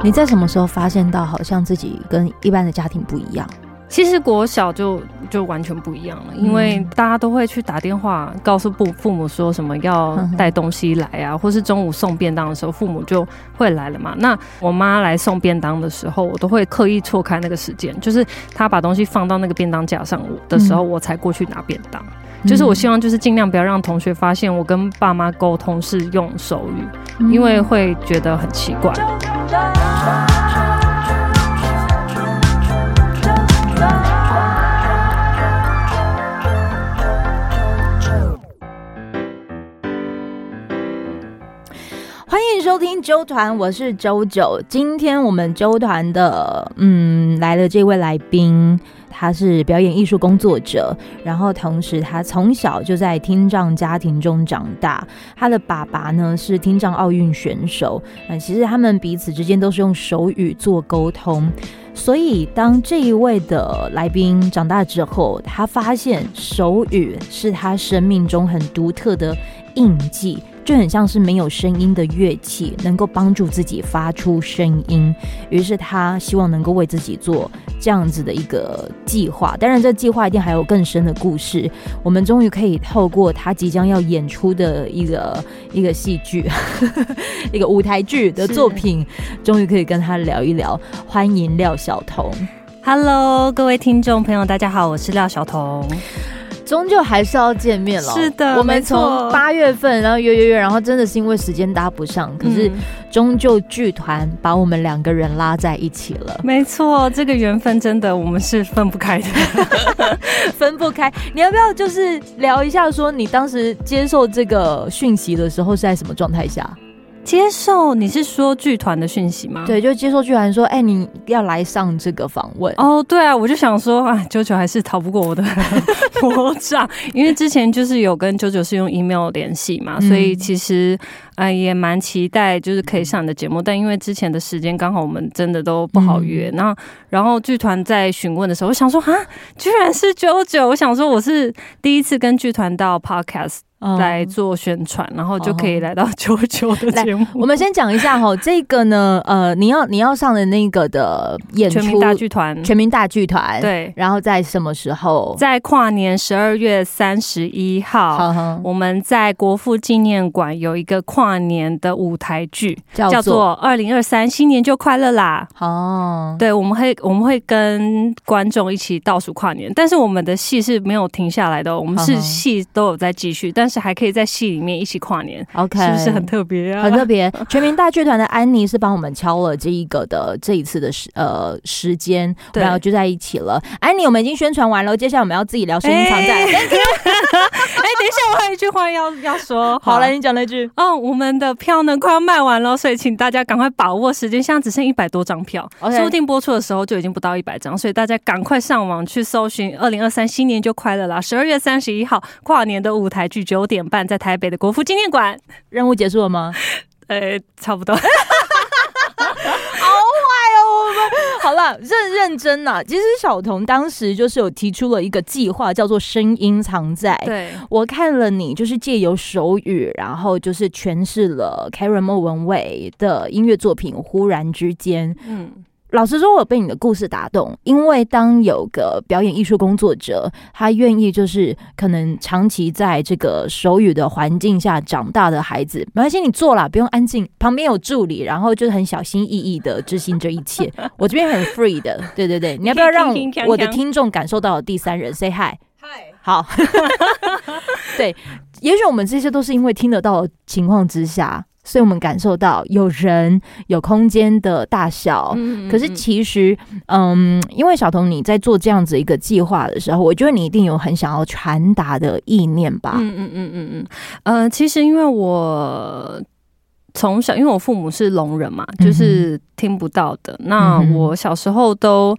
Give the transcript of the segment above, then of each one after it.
你在什么时候发现到好像自己跟一般的家庭不一样？ 其实国小就完全不一样了，因为大家都会去打电话告诉父母说什么要带东西来啊，或是中午送便当的时候，父母就会来了嘛。那我妈来送便当的时候，我都会刻意错开那个时间，就是她把东西放到那个便当架上的时候，我才过去拿便当。就是我希望就是尽量不要让同学发现我跟爸妈沟通是用手语，因为会觉得很奇怪。 欢迎收听啾团，我是啾啾。今天我们啾团的来了这位来宾，他是表演艺术工作者，然后同时他从小就在听障家庭中长大。他的爸爸呢是听障奥运选手，其实他们彼此之间都是用手语做沟通。所以当这一位的来宾长大之后，他发现手语是他生命中很独特的印记，就很像是没有声音的乐器，能够帮助自己发出声音。于是他希望能够为自己做这样子的一个计划。当然这计划一定还有更深的故事，我们终于可以透过他即将要演出的一个戏剧一个舞台剧的作品，终于可以跟他聊一聊。欢迎廖晓彤。 Hello， 各位听众朋友大家好，我是廖晓彤。 终究还是要见面了。 是的， 我们从8月份然后约，然后真的是因为时间搭不上，可是终究剧团把我们2个人拉在一起了。 没错，这个缘分真的我们是分不开的分不开。你要不要就是聊一下说你当时接受这个讯息的时候是在什么状态下？ 接受，你是说剧团的讯息吗？ 对，就接受剧团说你要来上这个访问。 哦，对啊，我就想说啾啾还是逃不过我的魔掌，因为之前就是有跟啾啾是用 email 联系嘛，所以其实也蛮期待就是可以上你的节目，但因为之前的时间刚好我们真的都不好约，然后剧团在询问的时候，我想说居然是啾啾，我想说我是第一次跟剧团到 podcast来做宣传，然后就可以来到啾啾的节目。 我们先讲一下这个呢，你要上的那个的演出，全民大剧团， 对。 然后在什么时候？ 在跨年12月31号，我们在国父纪念馆有一个跨年的舞台剧，叫做2023新年就快乐啦。对，我们会跟观众一起倒数跨年，但是我们的戏是没有停下来的，我们是戏都有在继续，但是还可以在戏里面一起跨年。 OK， 是不是很特别啊？ 很特别。全民大剧团的安妮是帮我们敲了这一次的时间，然后就在一起了。安妮，我们已经宣传完了，接下来我们要自己聊声音藏在。等一下，我还有一句话要说。 好了，你讲那句。 我们的票呢快要卖完了，所以请大家赶快把握时间，现在只剩100多张票，说不定播出的时候就已经不到100张，所以大家赶快上网去搜寻2023新年就快乐啦！12月31号跨年的舞台剧9点半在台北的国父纪念馆。 任务结束了吗？ 差不多。 好坏哦，我们好了，认真啊。其实晓彤当时就是有提出了一个计划，叫做声音藏在。 对， 我看了你就是借由手语，然后就是诠释了 Karen 莫文蔚的音乐作品《忽然之间》。老实说，我被你的故事打动，因为当有个表演艺术工作者，他愿意就是可能长期在这个手语的环境下长大的孩子，没关系，你做啦，不用安静，旁边有助理，然后就是很小心翼翼的执行这一切。我这边很 free 的，对对对，你要不要让我的听众感受到第三人 say hi？ 好，对，也许我们这些都是因为听得到的情况之下。所以我们感受到有人有空间的大小，可是其实因为晓彤你在做这样子一个计划的时候，我觉得你一定有很想要传达的意念吧。 其实因为我从小，因为我父母是聋人嘛，就是听不到的，那我小时候都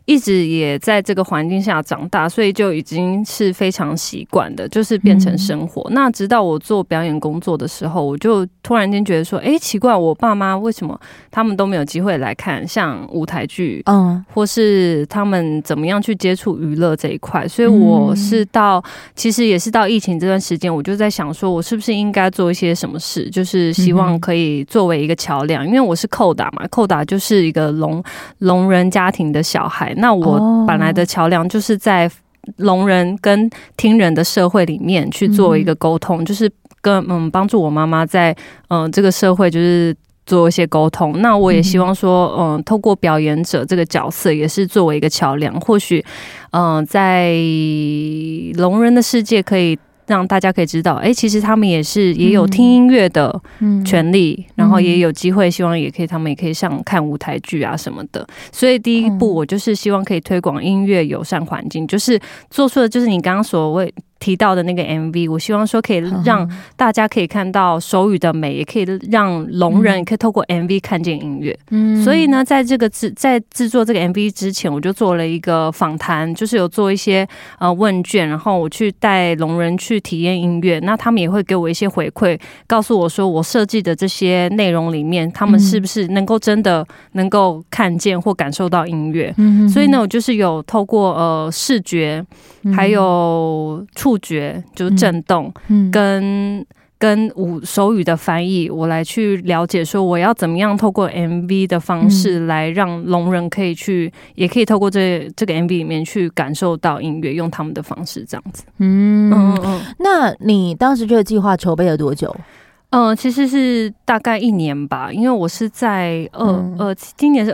一直也在这个环境下长大，所以就已经是非常习惯的，就是变成生活。那直到我做表演工作的时候，我就突然间觉得说，奇怪，我爸妈为什么他们都没有机会来看像舞台剧，或是他们怎么样去接触娱乐这一块？所以我是其实也是到疫情这段时间，我就在想说，我是不是应该做一些什么事，就是希望可以作为一个桥梁，因为我是扣打嘛，扣打就是一个聋人家庭的小孩。那我本来的桥梁就是在聋人跟听人的社会里面去做一个沟通，就是跟帮助我妈妈在这个社会就是做一些沟通。那我也希望说透过表演者这个角色也是作为一个桥梁，或许在聋人的世界可以让大家可以知道，其实他们也有听音乐的权利，然后也有机会，希望他们也可以上看舞台剧啊什么的。所以第一步，我就是希望可以推广音乐友善环境，就是做出的就是你刚刚所谓提到的那个 MV， 我希望说可以让大家可以看到手语的美，也可以让聋人也可以透过 MV 看见音乐。所以呢，在制作这个 MV 之前，我就做了一个访谈，就是有做一些问卷，然后我去带聋人去体验音乐，那他们也会给我一些回馈，告诉我说我设计的这些内容里面，他们是不是能够真的能够看见或感受到音乐。所以呢，我就是有透过视觉，还有触觉，就是震动，跟手语的翻译，我来去了解说我要怎么样透过 MV 的方式来让聋人可以去，也可以透过这个 MV 里面去感受到音乐，用他们的方式这样子。 那你当时这个计划筹备了多久？ 其实是大概1年吧，因为我是在今年是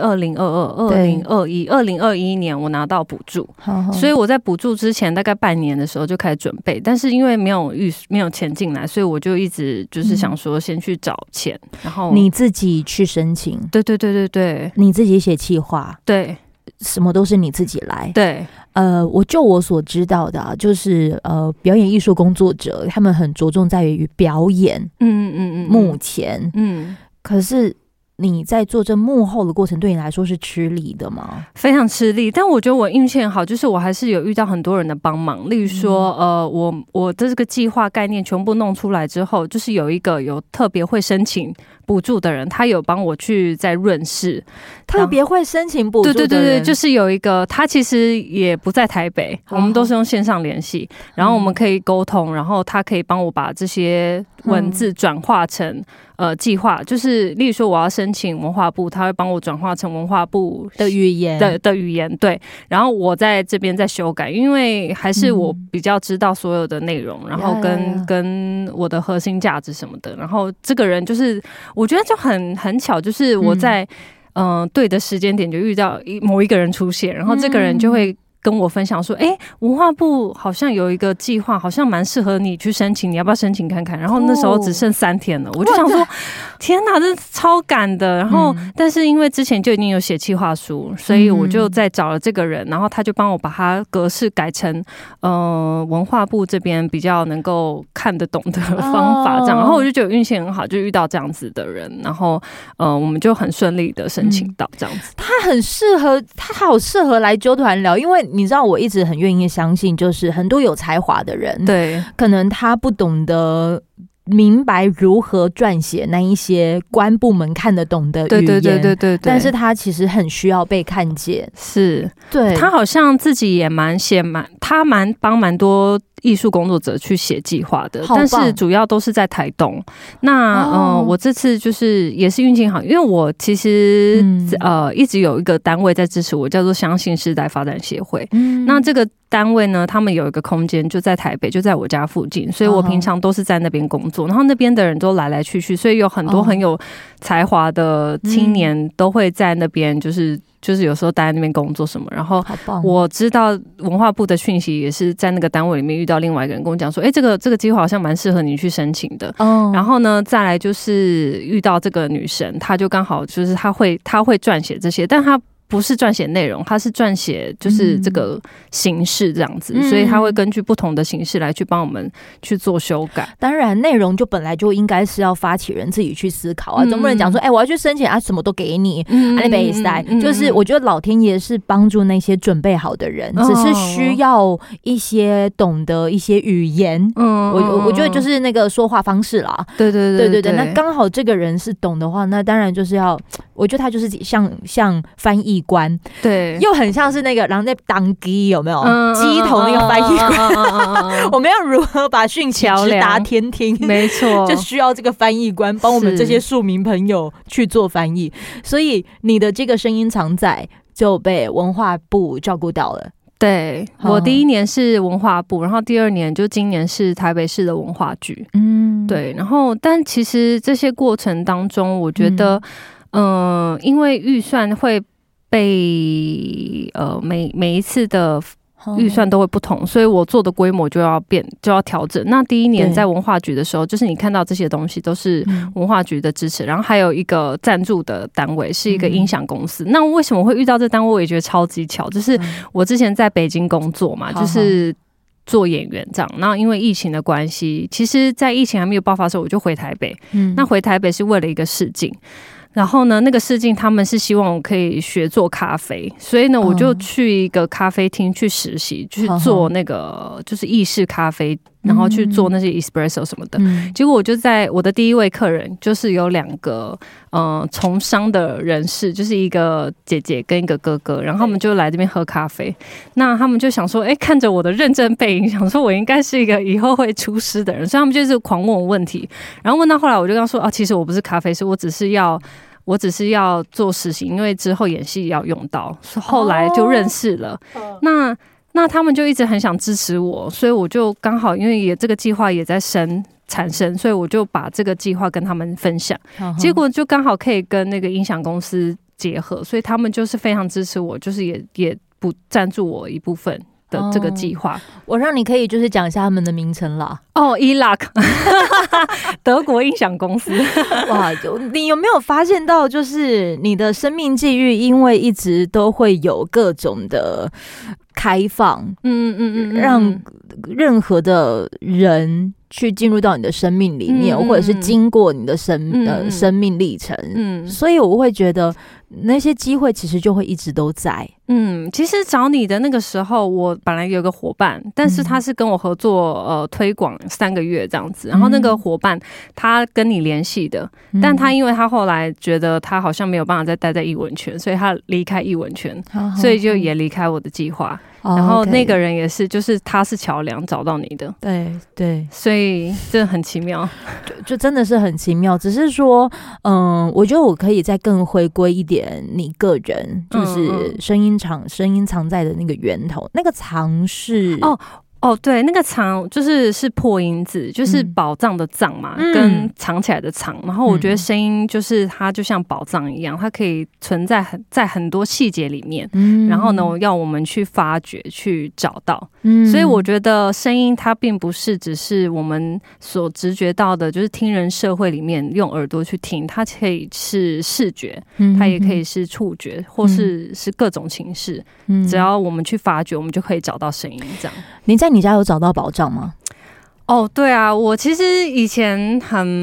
2022、2021年我拿到补助，所以我在补助之前大概半年的时候就开始准备，但是因为没有钱进来，所以我就一直就是想说先去找钱，然后你自己去申请， 对， 你自己写企划， 对， 什么都是你自己来， 对。 我所知道的就是表演艺术工作者他们很着重在于表演，目前，可是你在做这幕后的过程，对你来说是吃力的吗？ 非常吃力，但我觉得我运气很好，就是我还是有遇到很多人的帮忙。例如说，我的这个计划概念全部弄出来之后，就是有一个有特别会申请补助的人，他有帮我去在润饰， 特别会申请补助的人， 对，就是有一个，他其实也不在台北，我们都是用线上联系，然后我们可以沟通，然后他可以帮我把这些文字转化成计划，就是例如说我要申请文化部，他会帮我转化成文化部的语言的语言，对，然后我在这边再修改，因为还是我比较知道所有的内容，然后跟我的核心价值什么的，然后这个人就是我觉得就很巧，就是我在对的时间点就遇到某一个人出现，然后这个人就会跟我分享说，文化部好像有一个计划，好像蛮适合你去申请，你要不要申请看看？然后那时候只剩3天了，我就想说，天哪，这超赶的。然后，但是因为之前就已经有写企划书，所以我就再找了这个人，然后他就帮我把它格式改成文化部这边比较能够看得懂的方法，这样。然后我就觉得运气很好，就遇到这样子的人，然后我们就很顺利的申请到这样子。 他好适合来纠团聊，因为你知道我一直很愿意相信，就是很多有才华的人， 对， 可能他不懂得明白如何撰写那一些官部门看得懂的语言，对，但是他其实很需要被看见， 是， 对， 他好像自己也他帮蛮多艺术工作者去写计划的，但是主要都是在台东。那我这次就是也是运气好，因为我其实一直有一个单位在支持我，叫做相信世代发展协会。那这个单位呢，他们有一个空间就在台北，就在我家附近，所以我平常都是在那边工作，然后那边的人都来来去去，所以有很多很有才华的青年都会在那边，就是有时候待在那边工作什么，然后我知道文化部的讯息也是在那个单位里面遇到另外一个人跟我讲说，这个计划好像蛮适合你去申请的。然后呢，再来就是遇到这个女生，她就刚好就是她会撰写这些，但她不是撰写内容，他是撰写就是这个形式这样子，所以他会根据不同的形式来去帮我们去做修改。 当然，内容就本来就应该是要发起人自己去思考啊，总不能讲说，我要去申请啊，什么都给你，就是我觉得老天爷是帮助那些准备好的人，只是需要一些懂得一些语言，我觉得就是那个说话方式啦。 对， 那刚好这个人是懂的话，那当然就是要，我觉得他就是像翻译官， 对， 又很像是那个然后在当机有没有机头那个翻译官，我们要如何把讯息直达天听？ 没错， 就需要这个翻译官帮我们这些庶民朋友去做翻译，所以你的这个声音常在就被文化部照顾到了。 对，我第一年是文化部，然后第二年就今年是台北市的文化局。对，然后但其实这些过程当中，我觉得，因为预算会被每一次的预算都会不同，所以我做的规模就要调整。那第一年在文化局的时候，就是你看到这些东西都是文化局的支持，然后还有一个赞助的单位是一个音响公司。那为什么会遇到这单位？我也觉得超级巧，就是我之前在北京工作嘛，就是做演员这样。那因为疫情的关系，其实在疫情还没有爆发的时候，我就回台北。那回台北是为了一个试镜。然后呢，那个试镜他们是希望我可以学做咖啡，所以呢，我就去一个咖啡厅去实习，去做那个就是意式咖啡，然后去做那些 espresso 什么的。结果我就在我的第一位客人就是有2个从商的人士，就是一个姐姐跟一个哥哥，然后他们就来这边喝咖啡。那他们就想说，看着我的认证背影，想说我应该是一个以后会出师的人，所以他们就是狂问我问题。然后问到后来，我就跟他说其实我不是咖啡师，我只是要做实习，因为之后演戏要用到，后来就认识了。那他们就一直很想支持我，所以我就刚好因为这个计划也在产生，所以我就把这个计划跟他们分享，结果就刚好可以跟那个音响公司结合，所以他们就是非常支持我，就是也不赞助我一部分的这个计划。 我让你可以就是讲一下他们的名称啦。 ELAC 德国音响公司。 哇，你有没有发现到，就是你的生命际遇，因为一直都会有各种的开放，让任何的人去进入到你的生命里面，或者是经过你的生命历程，所以我会觉得那些机会其实就会一直都在。 其实找你的那个时候，我本来有个伙伴，但是他是跟我合作推广3个月这样子，然后那个伙伴他跟你联系的，但他因为他后来觉得他好像没有办法再待在艺文圈，所以他离开艺文圈，所以就也离开我的计划。然后那个人也是，就是他是桥梁找到你的， 对， 所以真的很奇妙， 就真的是很奇妙。只是说，我觉得我可以再更回归一点，你个人就是声音藏在的那个源头，那个藏是对，那个藏是破音字，就是宝藏的藏嘛，跟藏起来的藏。然后我觉得声音就是它就像宝藏一样，它可以存在在很多细节里面。然后呢，要我们去发掘、去找到。所以我觉得声音它并不是只是我们所直觉到的，就是听人社会里面用耳朵去听，它可以是视觉，它也可以是触觉，或是各种形式。只要我们去发掘，我们就可以找到声音。这样， 你家有找到宝藏吗？ 对啊，我其实以前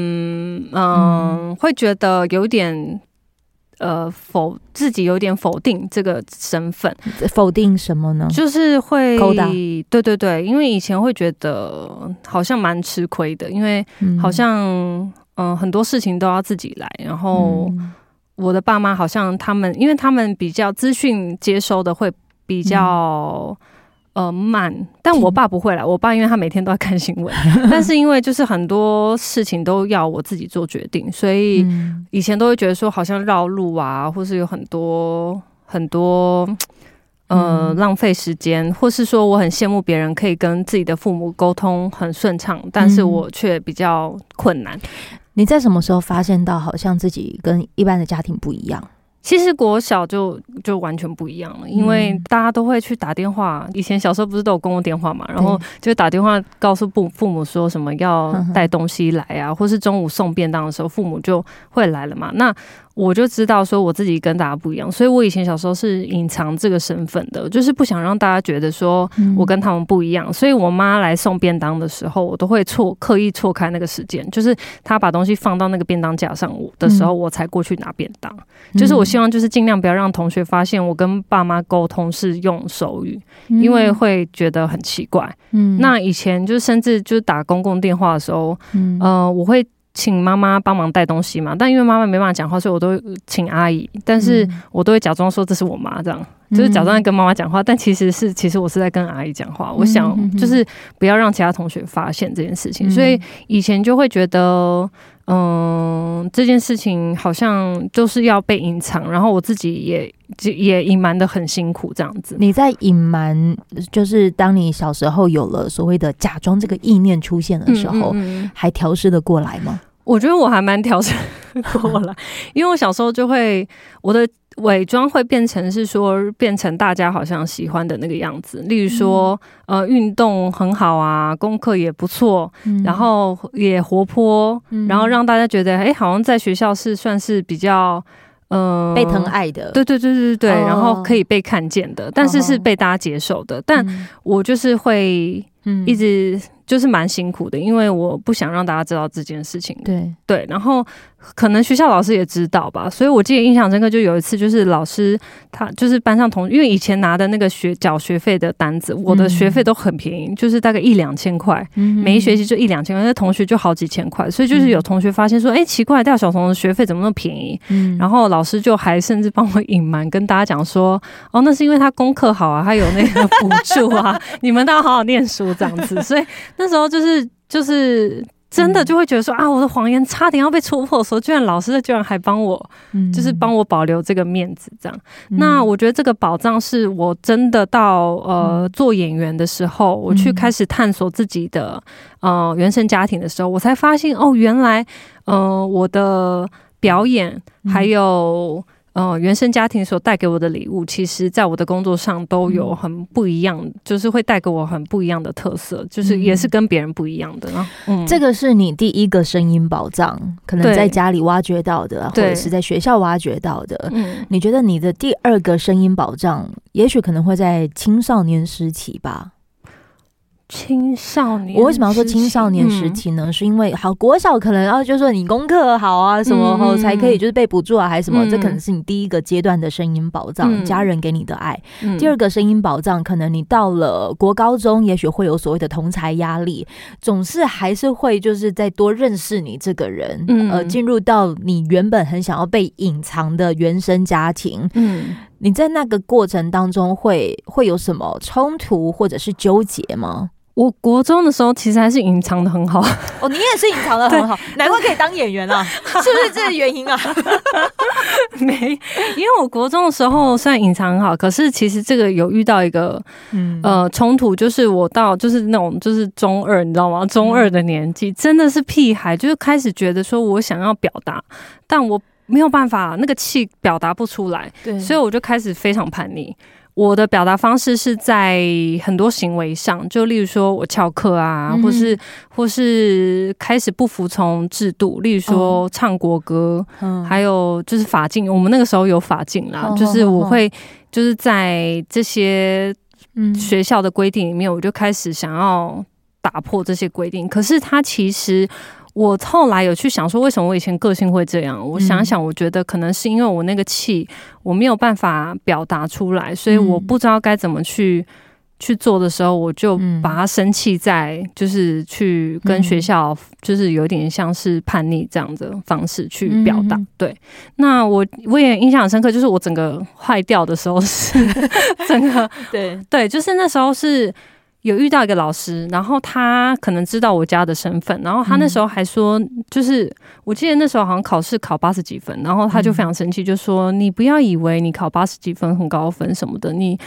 会觉得有点自己有点否定这个身份。 否定什么呢？ 就是会对，因为以前会觉得好像蛮吃亏的，因为好像很多事情都要自己来，然后我的爸妈好像因为他们比较资讯接收的会比较慢，但我爸不会啦。我爸因为他每天都在看新闻，但是因为就是很多事情都要我自己做决定，所以以前都会觉得说好像绕路啊，或是有很多浪费时间，或是说我很羡慕别人可以跟自己的父母沟通很顺畅，但是我却比较困难。 你在什么时候发现到好像自己跟一般的家庭不一样？ 其实国小就完全不一样了，因为大家都会去打电话。以前小时候不是都有公共电话嘛，然后就打电话告诉父母说什么要带东西来啊，或是中午送便当的时候，父母就会来了嘛。那我就知道说我自己跟大家不一样，所以我以前小时候是隐藏这个身份的，就是不想让大家觉得说我跟他们不一样，所以我妈来送便当的时候，我都会刻意错开那个时间，就是她把东西放到那个便当架上的时候，我才过去拿便当。就是我希望就是尽量不要让同学发现我跟爸妈沟通是用手语，因为会觉得很奇怪。那以前就是甚至就是打公共电话的时候，我会请妈妈帮忙带东西嘛，但因为妈妈没办法讲话，所以我都请阿姨，但是我都会假装说这是我妈，这样就是假装在跟妈妈讲话，但其实我是在跟阿姨讲话。我想就是不要让其他同学发现这件事情，所以以前就会觉得这件事情好像就是要被隐藏，然后我自己也隐瞒得很辛苦这样子。 你在隐瞒，就是当你小时候有了所谓的假装这个意念出现的时候，还调试得过来吗？ 我觉得我还蛮调试过来，因为我小时候就会我的伪装会变成大家好像喜欢的那个样子，例如说运动很好啊，功课也不错，然后也活泼，然后让大家觉得好像在学校是算是比较被疼爱的， 对，然后可以被看见的，但是被大家接受的，但我就是会一直就是蛮辛苦的，因为我不想让大家知道这件事情。对，然后可能学校老师也知道吧，所以我记得印象深刻，就有一次就是老师他就是班上因为以前拿的那个缴学费的单子，我的学费都很便宜，就是大概1-2千块，每一学期就1-2千块，那同学就好几千块，所以就是有同学发现说，奇怪，戴小彤的学费怎么那么便宜？然后老师就还甚至帮我隐瞒，跟大家讲说，那是因为他功课好啊，他有那个补助啊，你们都要好好念书这样子，所以那时候就是真的就会觉得说我的谎言差点要被戳破的时候，居然还帮我，就是帮我保留这个面子这样。那我觉得这个宝藏是我真的到做演员的时候，我去开始探索自己的原生家庭的时候，我才发现原来我的表演还有原生家庭所带给我的礼物，其实在我的工作上都有很不一样，就是会带给我很不一样的特色，就是也是跟别人不一样的。 这个是你第一个声音宝藏，可能在家里挖掘到的，或者是在学校挖掘到的。你觉得你的第二个声音宝藏，也许可能会在青少年时期吧？ 青少年， 我为什么要说青少年时期呢？是因为国小可能就说你功课好啊什么后才可以就是被补助啊还是什么，这可能是你第一个阶段的声音宝藏，家人给你的爱。第二个声音宝藏，可能你到了国高中，也许会有所谓的同侪压力，总是还是会就是再多认识你这个人，进入到你原本很想要被隐藏的原生家庭。你在那个过程当中会有什么冲突或者是纠结吗？ 我国中的时候其实还是隐藏的很好。 你也是隐藏的很好，难怪可以当演员啊，是不是这个原因啊？ 没，因为我国中的时候虽然隐藏很好，可是其实这个有遇到一个冲突，就是我到就是那种就是中二，你知道吗？中二的年纪真的是屁孩，就是开始觉得说我想要表达，但我没有办法，那个气表达不出来，所以我就开始非常叛逆。我的表达方式是在很多行为上，就例如说我翘课啊，或是开始不服从制度，例如说唱国歌，还有就是法禁，我们那个时候有法禁啦，就是我会就是在这些学校的规定里面，我就开始想要打破这些规定。可是它其实我后来有去想说，为什么我以前个性会这样？我想想，我觉得可能是因为我那个气我没有办法表达出来，所以我不知道该怎么去做的时候，我就把它生气在就是去跟学校就是有点像是叛逆这样的方式去表达。对，那我也印象很深刻，就是我整个坏掉的时候是整个对，就是那时候是有遇到一个老师，然后他可能知道我家的身份，然后他那时候还说，就是我记得那时候好像考试考80几分，然后他就非常生气，就说你不要以为你考80几分很高分什么的，你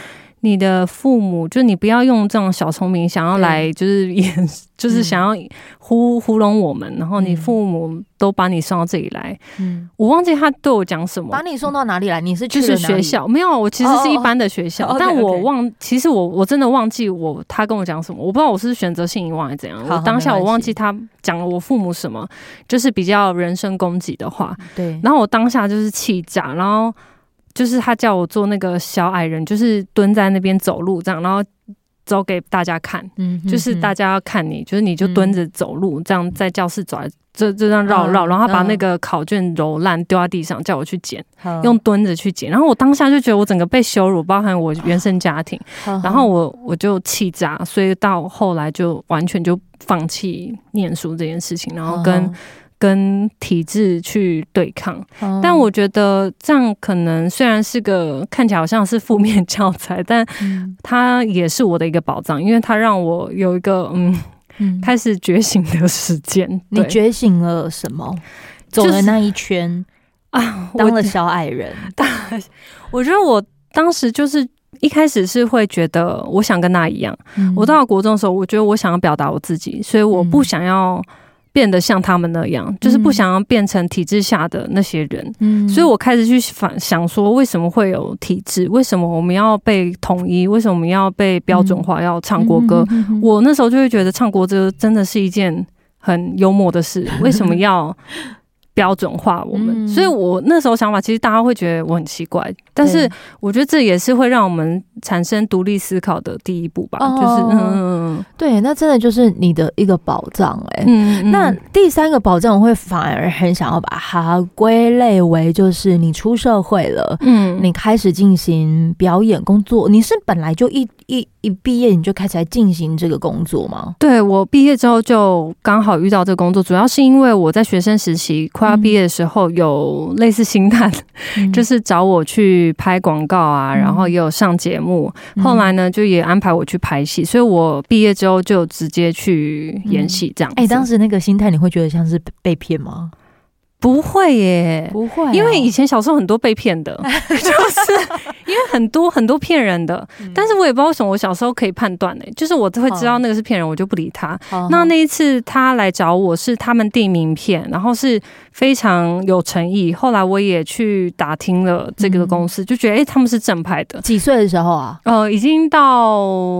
你的父母，就你不要用这种小聪明想要来就是就是想要糊弄我们，然后你父母都把你送到这里来。我忘记他对我讲什么。 把你送到哪里来？你是去就是学校？没有，我其实是一般的学校，但我其实我真的忘记他跟我讲什么，我不知道我是选择性遗忘还是怎样。我当下我忘记他讲了我父母什么，就是比较人身攻击的话。 对， 然后我当下就是气炸，然后就是他叫我做那个小矮人，就是蹲在那边走路这样，然后走给大家看，就是大家要看你，就是你就蹲着走路，这样在教室走来就这样绕，然后他把那个考卷揉烂丢在地上，叫我去捡，用蹲着去捡。然后我当下就觉得我整个被羞辱，包含我原生家庭，然后我就气炸，所以到后来就完全就放弃念书这件事情，然后跟体制去对抗。但我觉得这样可能虽然是个看起来好像是负面教材，但它也是我的一个宝藏，因为它让我有一个开始觉醒的时间。 你觉醒了什么？走了那一圈啊，当了小矮人。 我觉得我当时就是一开始是会觉得我想跟他一样，我到了国中的时候，我觉得我想要表达我自己，所以我不想要变得像他们那样，就是不想要变成体制下的那些人。所以我开始去想说，为什么会有体制？为什么我们要被统一？为什么我们要被标准化？要唱国歌？我那时候就会觉得唱国歌真的是一件很幽默的事，为什么要标准化我们？所以我那时候想法，其实大家会觉得我很奇怪，但是我觉得这也是会让我们产生独立思考的第一步吧。就是对，那真的就是你的一个宝藏那第三个宝藏，我会反而很想要把它归类为，就是你出社会了，你开始进行表演工作。你是本来就一毕业你就开始来进行这个工作吗？ 对，我毕业之后就刚好遇到这个工作，主要是因为我在学生时期快要毕业的时候，有类似星探，就是找我去拍广告啊，然后也有上节目。后来呢，就也安排我去拍戏，所以我毕业之后就直接去演戏这样子。 当时那个心态你会觉得像是被骗吗？ 不会耶， 不会因为以前小时候很多被骗的，就是因为很多骗人的，但是我也不知道为什么我小时候可以判断就是我会知道那个是骗人，我就不理他。那一次他来找我是他们订名片，然后是非常有诚意。后来我也去打听了这个公司，就觉得他们是正派的。 几岁的时候啊？ 已经到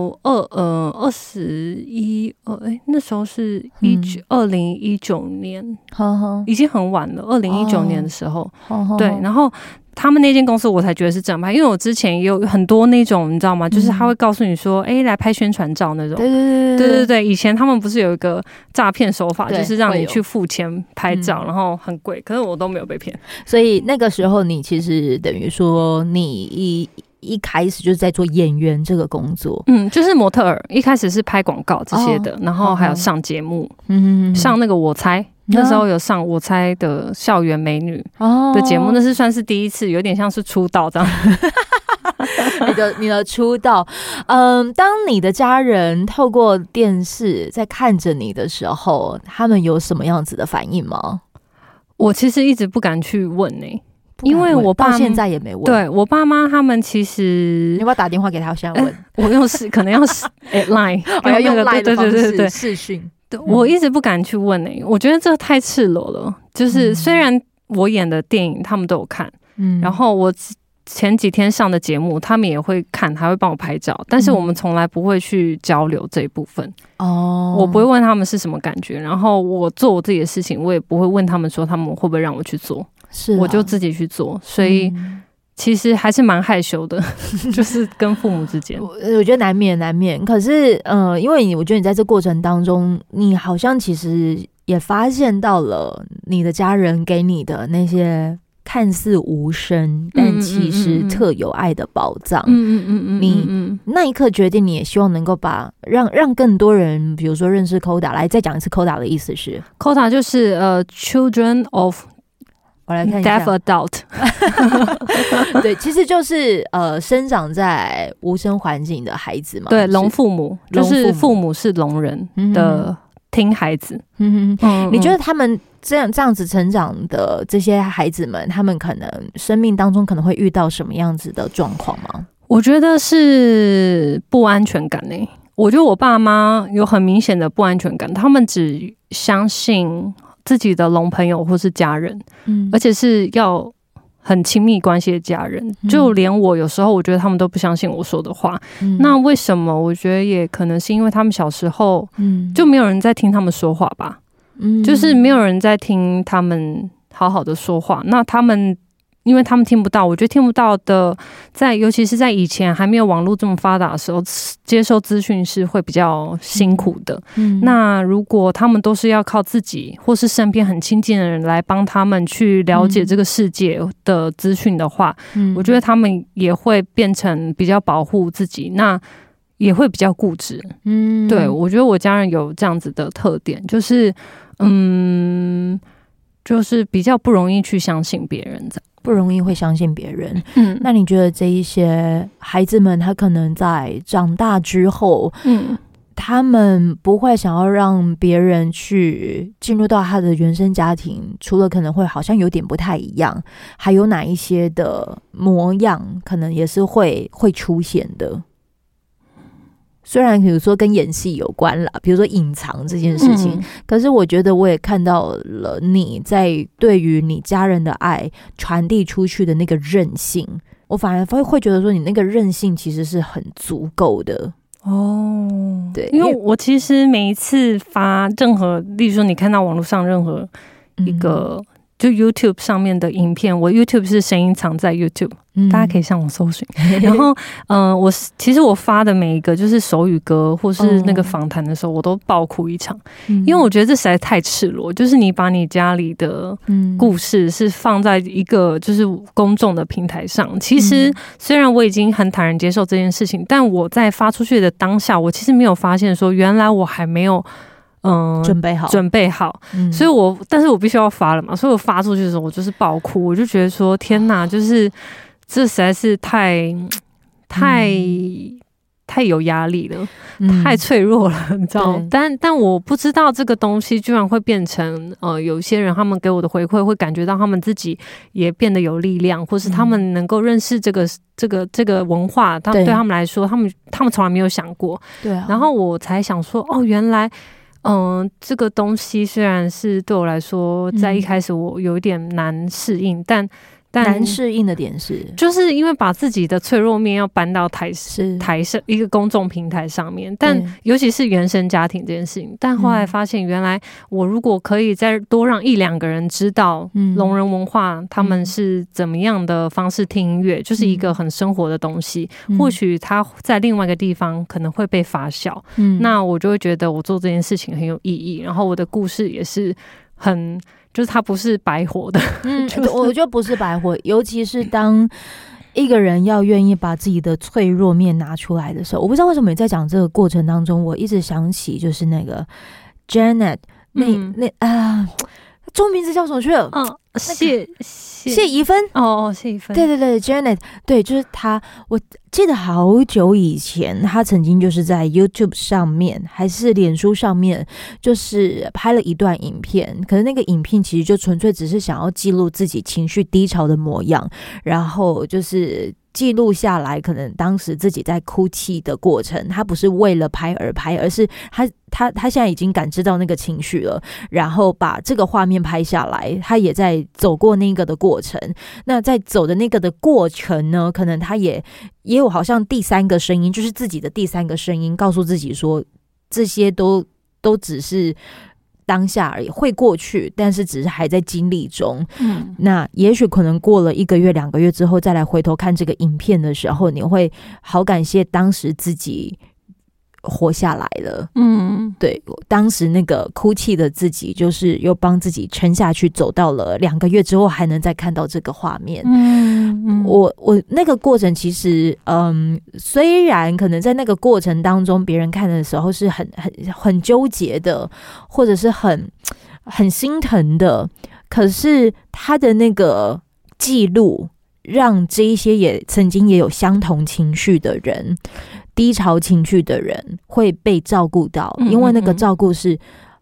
21那时候是2019年，已经很晚了。2019年的时候，对，然后他们那间公司我才觉得是正派，因为我之前也有很多那种你知道吗？就是他会告诉你说，来拍宣传照那种。对，以前他们不是有一个诈骗手法，就是让你去付钱拍照，然后很贵，可是我都没有被骗。 所以那个时候你其实等于说你一开始就是在做演员这个工作， 就是模特儿，一开始是拍广告这些的，然后还有上节目，上那个我猜。那时候有上我猜的校园美女的节目，那是算是第一次，有点像是出道这样。 你的出道，当你的家人透过电视在看着你的时候，他们有什么样子的反应吗？我其实一直不敢去问因为我爸到现在也没问。 对，我爸妈他们其实， 你要不要打电话给他现在问？ 我可能要Line， 要用 Line 的方式对视讯。 我一直不敢去问我觉得这太赤裸了。就是虽然我演的电影他们都有看，然后我前几天上的节目他们也会看，还会帮我拍照，但是我们从来不会去交流这一部分。我不会问他们是什么感觉，然后我做我自己的事情，我也不会问他们说他们会不会让我去做，我就自己去做。所以其实还是蛮害羞的，就是跟父母之间， 我觉得难免。可是，因为我觉得你在这过程当中，你好像其实也发现到了你的家人给你的那些看似无声，但其实特有爱的宝藏。你那一刻决定，你也希望能够让更多人，比如说认识 Coda。来，再讲一次 Coda 的意思是 ，Coda 就是children of。 我来看一下 Deaf Adult 对，其实就是生长在无声环境的孩子嘛。 对，聋父母，就是父母是聋人的听孩子。 你觉得他们这样子成长的这些孩子们，他们可能生命当中可能会遇到什么样子的状况吗？ 我觉得是不安全感欸。我觉得我爸妈有很明显的不安全感，他们只相信自己的龙朋友或是家人，而且是要很亲密关系的家人，就连我有时候我觉得他们都不相信我说的话。那为什么？我觉得也可能是因为他们小时候就没有人在听他们说话吧，就是没有人在听他们好好的说话。那他们因为他们听不到，我觉得听不到的，尤其是在以前还没有网络这么发达的时候，接受资讯是会比较辛苦的。那如果他们都是要靠自己或是身边很亲近的人来帮他们去了解这个世界的资讯的话，我觉得他们也会变成比较保护自己，那也会比较固执。对，我觉得我家人有这样子的特点，就是就是比较不容易去相信别人， 不容易会相信别人。那你觉得这一些孩子们，他可能在长大之后，他们不会想要让别人去进入到他的原生家庭，除了可能会好像有点不太一样，还有哪一些的模样可能也是会出现的？虽然比如说跟演戏有关啦，比如说隐藏这件事情，可是我觉得我也看到了你在对于你家人的爱传递出去的那个韧性，我反而会觉得说你那个韧性其实是很足够的。对， 因为我其实每一次发任何，例如说你看到网络上任何一个就 YouTube 上面的影片，我 YouTube 是声音藏在 YouTube，大家可以上网搜寻。然后其实我发的每一个就是手语歌或是那个访谈的时候，我都爆哭一场，因为我觉得这实在太赤裸，就是你把你家里的故事是放在一个就是公众的平台上。其实虽然我已经很坦然接受这件事情，但我在发出去的当下，我其实没有发现说原来我还没有准备好，所以但是我必须要发了嘛，所以我发出去的时候我就是爆哭，我就觉得说天哪，就是这实在是太有压力了，太脆弱了，你知道？但我不知道这个东西居然会变成有些人他们给我的回馈会感觉到他们自己也变得有力量，或是他们能够认识这个文化，对他们来说，他们从来没有想过。对啊，然后我才想说，原来。这个东西虽然是对我来说，在一开始我有一点难适应，但难适应的点是， 就是因为把自己的脆弱面要搬到台上一个公众平台上面，但尤其是原生家庭这件事情，但后来发现原来我如果可以再多让1-2个人知道聋人文化他们是怎么样的方式听音乐，就是一个很生活的东西，或许他在另外一个地方可能会被发酵，那我就会觉得我做这件事情很有意义，然后我的故事也是就是它不是白活的， 我觉得不是白活，尤其是当一个人要愿意把自己的脆弱面拿出来的时候，我不知道为什么你在讲这个过程当中，我一直想起就是那个 Janet， 中文名字叫什么去了？谢怡芬谢怡芬， 对 Janet， 对，就是她。我记得好久以前，她曾经就是在 YouTube 上面还是脸书上面，就是拍了一段影片。可是那个影片其实就纯粹只是想要记录自己情绪低潮的模样，然后就是记录下来，可能当时自己在哭泣的过程。他不是为了拍而拍，而是他现在已经感知到那个情绪了，然后把这个画面拍下来，他也在走过那个的过程。那在走的那个的过程呢，可能他也有好像第三个声音，就是自己的第三个声音，告诉自己说这些都只是当下而已，会过去，但是只是还在经历中。那也许可能过了1个月、2个月之后，再来回头看这个影片的时候，你会好感谢当时自己活下来了。对，当时那个哭泣的自己，就是又帮自己撑下去，走到了2个月之后，还能再看到这个画面。我那个过程其实，虽然可能在那个过程当中，别人看的时候是很纠结的，或者是很心疼的，可是他的那个记录，让这一些也曾经也有相同情绪的人。低潮情绪的人会被照顾到，因为那个照顾是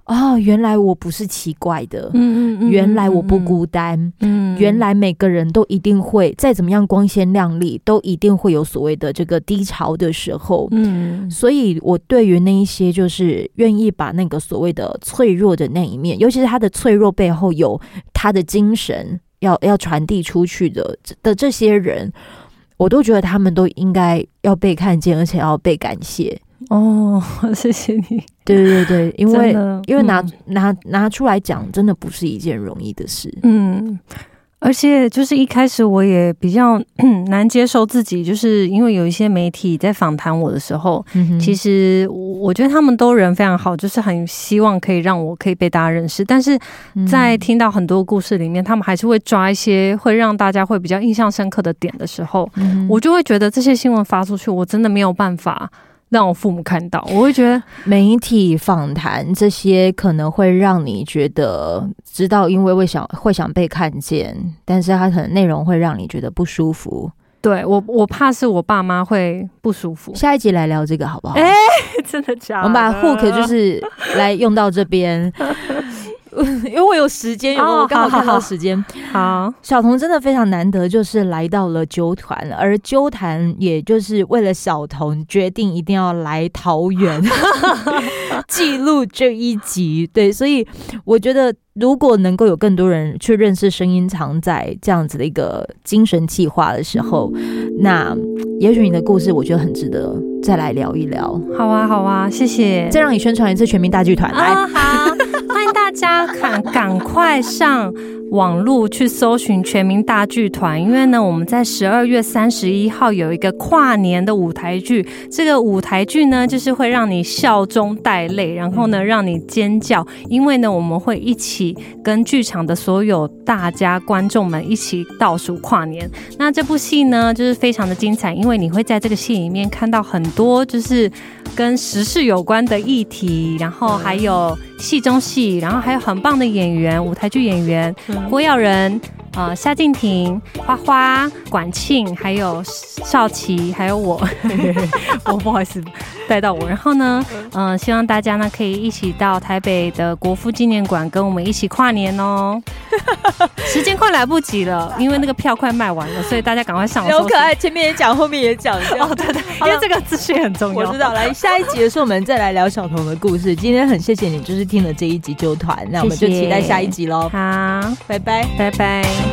哦，原来我不是奇怪的，原来我不孤单，原来每个人都一定会再怎么样光鲜亮丽，都一定会有所谓的这个低潮的时候，所以我对于那一些就是愿意把那个所谓的脆弱的那一面，尤其是他的脆弱背后有他的精神要传递出去的这些人，我都觉得他们都应该要被看见，而且要被感谢。 哦，谢谢你。 对，因为拿出来讲，真的不是一件容易的事。 而且就是一开始我也比较难接受自己，就是因为有一些媒体在访谈我的时候，其实我觉得他们都人非常好，就是很希望可以让我可以被大家认识，但是在听到很多故事里面，他们还是会抓一些会让大家会比较印象深刻的点的时候，我就会觉得这些新闻发出去，我真的没有办法让我父母看到。我会觉得媒体访谈这些可能会让你觉得知道，因为会想被看见，但是它可能内容会让你觉得不舒服。 对，我怕是我爸妈会不舒服。 下一集来聊这个好不好？ 真的假的？ 我们把 hook 就是来用到这边。因为我有时间，我刚好看到时间。 好， 小童真的非常难得，就是来到了纠团，而纠团也就是为了小童决定一定要来桃园记录这一集。对，所以我觉得如果能够有更多人去认识声音藏在这样子的一个精神计划的时候，那也许你的故事我觉得很值得再来聊一聊。 好啊，谢谢。 再让你宣传一次全民大剧团。来， 好，欢迎大家赶快上网路去搜寻全民大剧团，因为呢我们在12月31号有一个跨年的舞台剧，这个舞台剧呢就是会让你笑中带泪，然后呢让你尖叫，因为呢我们会一起跟剧场的所有大家观众们一起倒数跨年。那这部戏呢就是非常的精彩，因为你会在这个戏里面看到很多就是跟时事有关的议题，然后还有戏中戏，然后还有很棒的演员，舞台剧演员郭耀仁、夏靖庭、花花、管庆，还有少奇，还有我我不好意思带到我。然后呢希望大家呢可以一起到台北的国父纪念馆跟我们一起跨年哦。时间快来不及了，因为那个票快卖完了，所以大家赶快上网搜寻。 有可爱，前面也讲，后面也讲。 哦，对，因为这个资讯很重要。 我知道。来，下一集的时候我们再来聊小童的故事。今天很谢谢你，就是听了这一集纠团，那我们就期待下一集咯。 好， 拜拜， 拜拜。